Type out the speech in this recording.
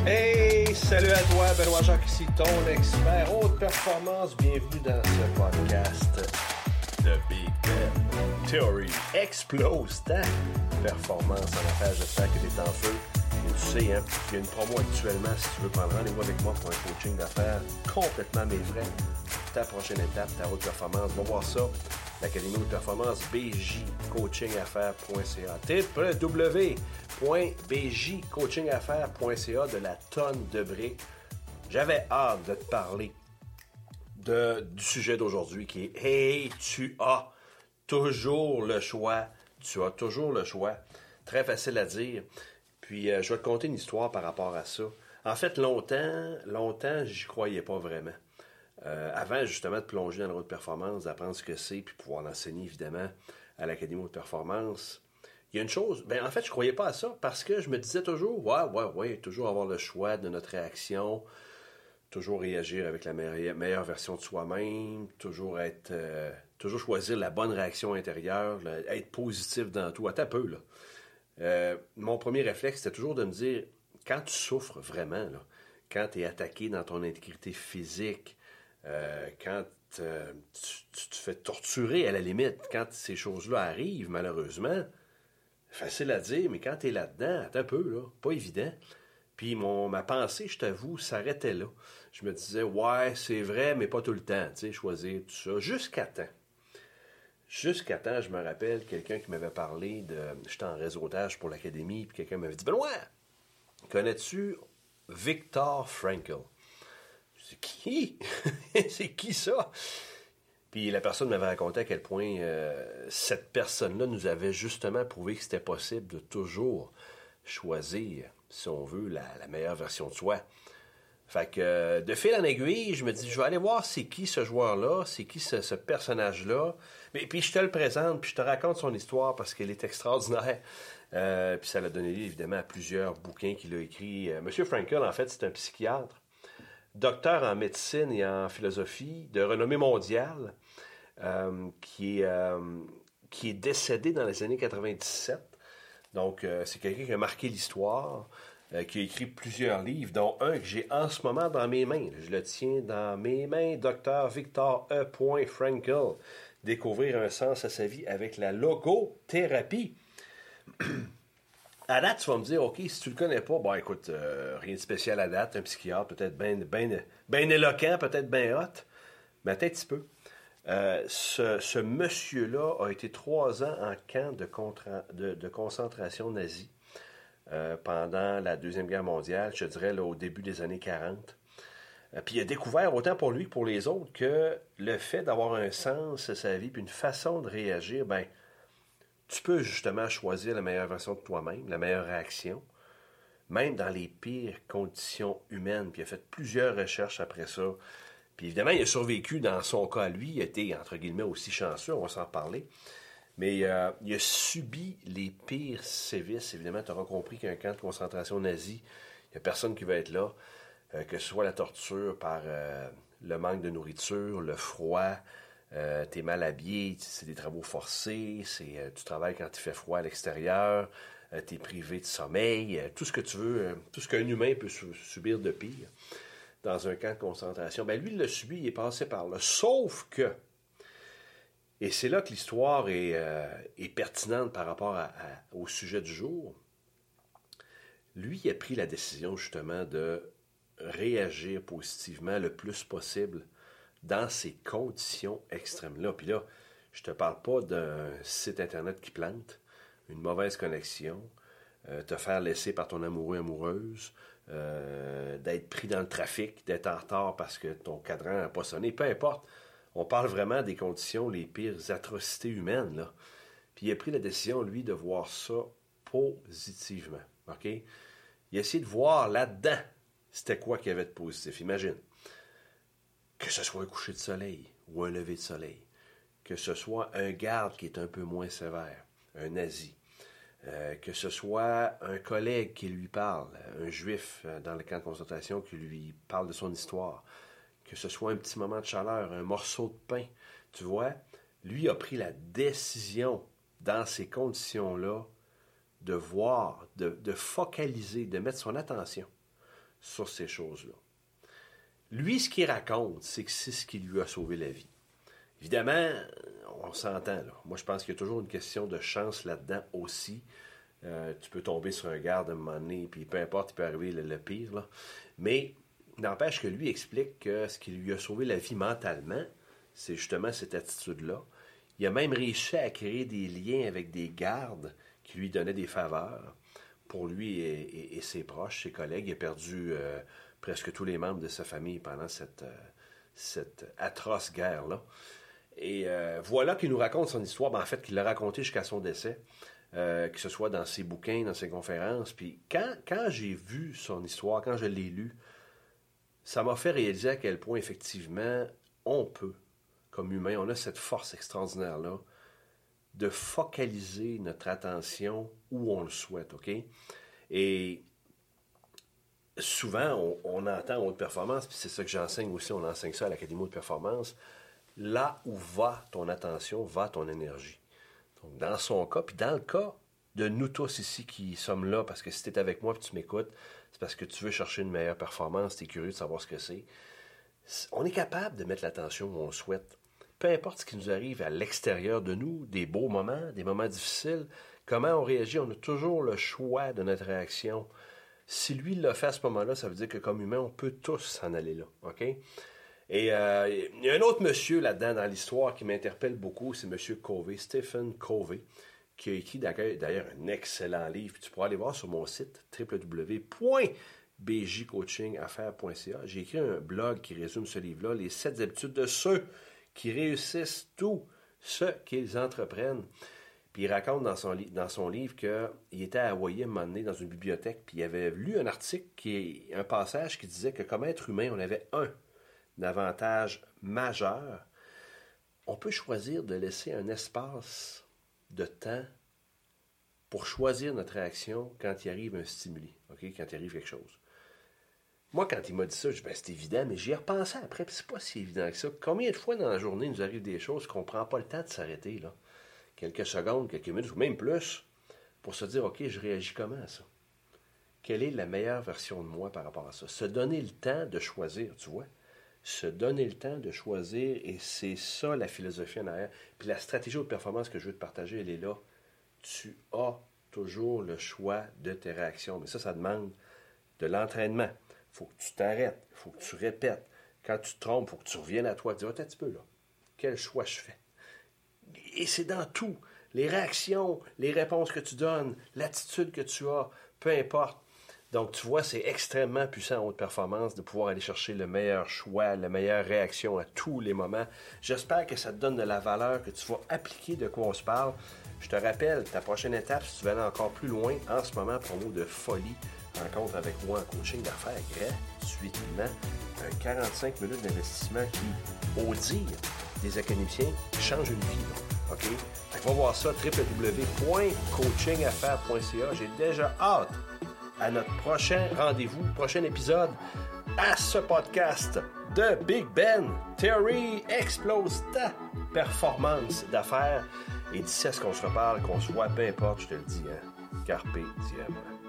Hey, salut à toi, Benoît Jacques ici, ton expert haute performance. Bienvenue dans ce podcast de Big Ben Theory. Explose ta performance en affaires. J'espère que tu es en feu. Et tu sais, hein, il y a une promo actuellement si tu veux prendre rendez-vous avec moi pour un coaching d'affaires complètement mes frais. Ta prochaine étape, ta haute performance. Va voir ça. L'Académie Haute Performance, bjcoachingaffaires.ca. www.bjcoachingaffaires.ca de la tonne de briques. J'avais hâte de te parler du sujet d'aujourd'hui qui est « Hey, tu as toujours le choix. » Tu as toujours le choix. Très facile à dire. Puis, je vais te conter une histoire par rapport à ça. En fait, longtemps, j'y croyais pas vraiment. Avant justement de plonger dans la haute performance, d'apprendre ce que c'est, puis pouvoir l'enseigner évidemment à l'Académie Haute Performance, il y a une chose, en fait je croyais pas à ça parce que je me disais toujours, ouais, toujours avoir le choix de notre réaction, toujours réagir avec la meilleure version de soi-même, toujours choisir la bonne réaction intérieure, être positif dans tout, attends un peu là. Mon premier réflexe c'était toujours de me dire, quand tu souffres vraiment, là, quand tu es attaqué dans ton intégrité physique, quand tu te fais torturer à la limite, quand ces choses-là arrivent, malheureusement, facile à dire, mais quand tu es là-dedans, attends un peu, là, pas évident. Puis ma pensée, je t'avoue, s'arrêtait là. Je me disais, ouais, c'est vrai, mais pas tout le temps, tu sais, choisir tout ça. Jusqu'à temps, je me rappelle quelqu'un qui m'avait parlé j'étais en réseautage pour l'Académie, puis quelqu'un m'avait dit, Benoît, connais-tu Viktor Frankl? C'est qui? C'est qui ça? Puis la personne m'avait raconté à quel point cette personne-là nous avait justement prouvé que c'était possible de toujours choisir, si on veut, la meilleure version de soi. Fait que de fil en aiguille, je me dis, je vais aller voir c'est qui ce joueur-là, c'est qui ce personnage-là. Mais puis je te le présente, puis je te raconte son histoire parce qu'elle est extraordinaire. Puis ça l'a donné lieu évidemment à plusieurs bouquins qu'il a écrits. Monsieur Frankl, en fait, c'est un psychiatre. Docteur en médecine et en philosophie, de renommée mondiale, qui est décédé dans les années 97. Donc, c'est quelqu'un qui a marqué l'histoire, qui a écrit plusieurs livres, dont un que j'ai en ce moment dans mes mains. Je le tiens dans mes mains, Dr. Viktor E. Frankl. Découvrir un sens à sa vie avec la logothérapie. À date, tu vas me dire, OK, si tu le connais pas, écoute, rien de spécial à date, un psychiatre, peut-être bien éloquent, peut-être bien hot, mais attends un petit peu. Ce monsieur-là a été 3 ans en camp de concentration nazi pendant la Deuxième Guerre mondiale, je dirais là, au début des années 40. Puis il a découvert, autant pour lui que pour les autres, que le fait d'avoir un sens à sa vie, puis une façon de réagir, tu peux justement choisir la meilleure version de toi-même, la meilleure réaction, même dans les pires conditions humaines. Puis il a fait plusieurs recherches après ça. Puis évidemment, il a survécu dans son cas à lui. Il a été, entre guillemets, aussi chanceux, on va s'en reparler. Mais il a subi les pires sévices. Évidemment, tu auras compris qu'un camp de concentration nazi, il n'y a personne qui va être là. Que ce soit la torture par le manque de nourriture, le froid, t'es mal habillé, c'est des travaux forcés, tu travailles quand il fait froid à l'extérieur, t'es privé de sommeil, tout ce que tu veux, tout ce qu'un humain peut subir de pire dans un camp de concentration. Lui, il l'a subi, il est passé par là. Sauf que, et c'est là que l'histoire est pertinente par rapport au sujet du jour, lui, il a pris la décision justement de réagir positivement le plus possible dans ces conditions extrêmes-là. Puis là, je te parle pas d'un site Internet qui plante, une mauvaise connexion, te faire laisser par ton amoureux, amoureuse, d'être pris dans le trafic, d'être en retard parce que ton cadran n'a pas sonné, peu importe. On parle vraiment des conditions, les pires atrocités humaines, là. Puis il a pris la décision, lui, de voir ça positivement. OK? Il a essayé de voir là-dedans c'était quoi qu'il y avait de positif. Imagine, que ce soit un coucher de soleil ou un lever de soleil, que ce soit un garde qui est un peu moins sévère, un nazi, que ce soit un collègue qui lui parle, un juif dans le camp de concentration qui lui parle de son histoire, que ce soit un petit moment de chaleur, un morceau de pain. Tu vois, lui a pris la décision dans ces conditions-là de voir, de focaliser, de mettre son attention sur ces choses-là. Lui, ce qu'il raconte, c'est que c'est ce qui lui a sauvé la vie. Évidemment, on s'entend, là. Moi, je pense qu'il y a toujours une question de chance là-dedans aussi. Tu peux tomber sur un garde à un moment donné, puis peu importe, il peut arriver le pire, là. Mais n'empêche que lui explique que ce qui lui a sauvé la vie mentalement, c'est justement cette attitude-là. Il a même réussi à créer des liens avec des gardes qui lui donnaient des faveurs pour lui et ses proches, ses collègues. Il a perdu presque tous les membres de sa famille pendant cette atroce guerre-là. Et voilà qu'il nous raconte son histoire. En fait, qu'il l'a raconté jusqu'à son décès, que ce soit dans ses bouquins, dans ses conférences. Puis quand j'ai vu son histoire, quand je l'ai lu, ça m'a fait réaliser à quel point, effectivement, on peut, comme humain, on a cette force extraordinaire-là de focaliser notre attention où on le souhaite, OK? Et souvent, on entend haute performance, puis c'est ça que j'enseigne aussi, on enseigne ça à l'Académie haute performance. Là où va ton attention, va ton énergie. Donc, dans son cas, puis dans le cas de nous tous ici qui sommes là, parce que si tu es avec moi et tu m'écoutes, c'est parce que tu veux chercher une meilleure performance, tu es curieux de savoir ce que c'est. On est capable de mettre l'attention où on le souhaite. Peu importe ce qui nous arrive à l'extérieur de nous, des beaux moments, des moments difficiles, comment on réagit, on a toujours le choix de notre réaction. Si lui l'a fait à ce moment-là, ça veut dire que comme humain, on peut tous s'en aller là, OK? Et il y a un autre monsieur là-dedans dans l'histoire qui m'interpelle beaucoup, c'est M. Covey, Stephen Covey, qui a écrit d'ailleurs un excellent livre. Tu pourras aller voir sur mon site www.bjcoachingaffaires.ca. J'ai écrit un blog qui résume ce livre-là, les 7 habitudes de ceux qui réussissent tout ce qu'ils entreprennent. Puis il raconte dans son livre qu'il était à Hawaï à un moment donné dans une bibliothèque, puis il avait lu un article, un passage qui disait que comme être humain, on avait un avantage majeur. On peut choisir de laisser un espace de temps pour choisir notre réaction quand il arrive un stimuli, okay? Quand il arrive quelque chose. Moi, quand il m'a dit ça, je dis, c'est évident, mais j'y ai repensé après, puis c'est pas si évident que ça. Combien de fois dans la journée il nous arrive des choses qu'on ne prend pas le temps de s'arrêter, là? Quelques secondes, quelques minutes, ou même plus, pour se dire, OK, je réagis comment à ça? Quelle est la meilleure version de moi par rapport à ça? Se donner le temps de choisir, tu vois? Se donner le temps de choisir, et c'est ça la philosophie en arrière. Puis la stratégie de performance que je veux te partager, elle est là. Tu as toujours le choix de tes réactions. Mais ça demande de l'entraînement. Il faut que tu t'arrêtes, il faut que tu répètes. Quand tu te trompes, il faut que tu reviennes à toi, te dire, attends un petit peu là, quel choix je fais? Et c'est dans tout. Les réactions, les réponses que tu donnes, l'attitude que tu as, peu importe. Donc, tu vois, c'est extrêmement puissant en haute performance de pouvoir aller chercher le meilleur choix, la meilleure réaction à tous les moments. J'espère que ça te donne de la valeur, que tu vas appliquer de quoi on se parle. Je te rappelle, ta prochaine étape, si tu veux aller encore plus loin, en ce moment, promo de folie, rencontre avec moi en coaching d'affaires gratuitement. Un 45 minutes d'investissement qui, au dire des académiciens, change une vie. Là. OK? Fait va voir ça, www.coachingaffaires.ca. J'ai déjà hâte à notre prochain rendez-vous, prochain épisode, à ce podcast de Big Ben Theory Explose ta performance d'affaires. Et d'ici à ce qu'on se reparle, qu'on se voit, peu importe, je te le dis, hein, carpe diem.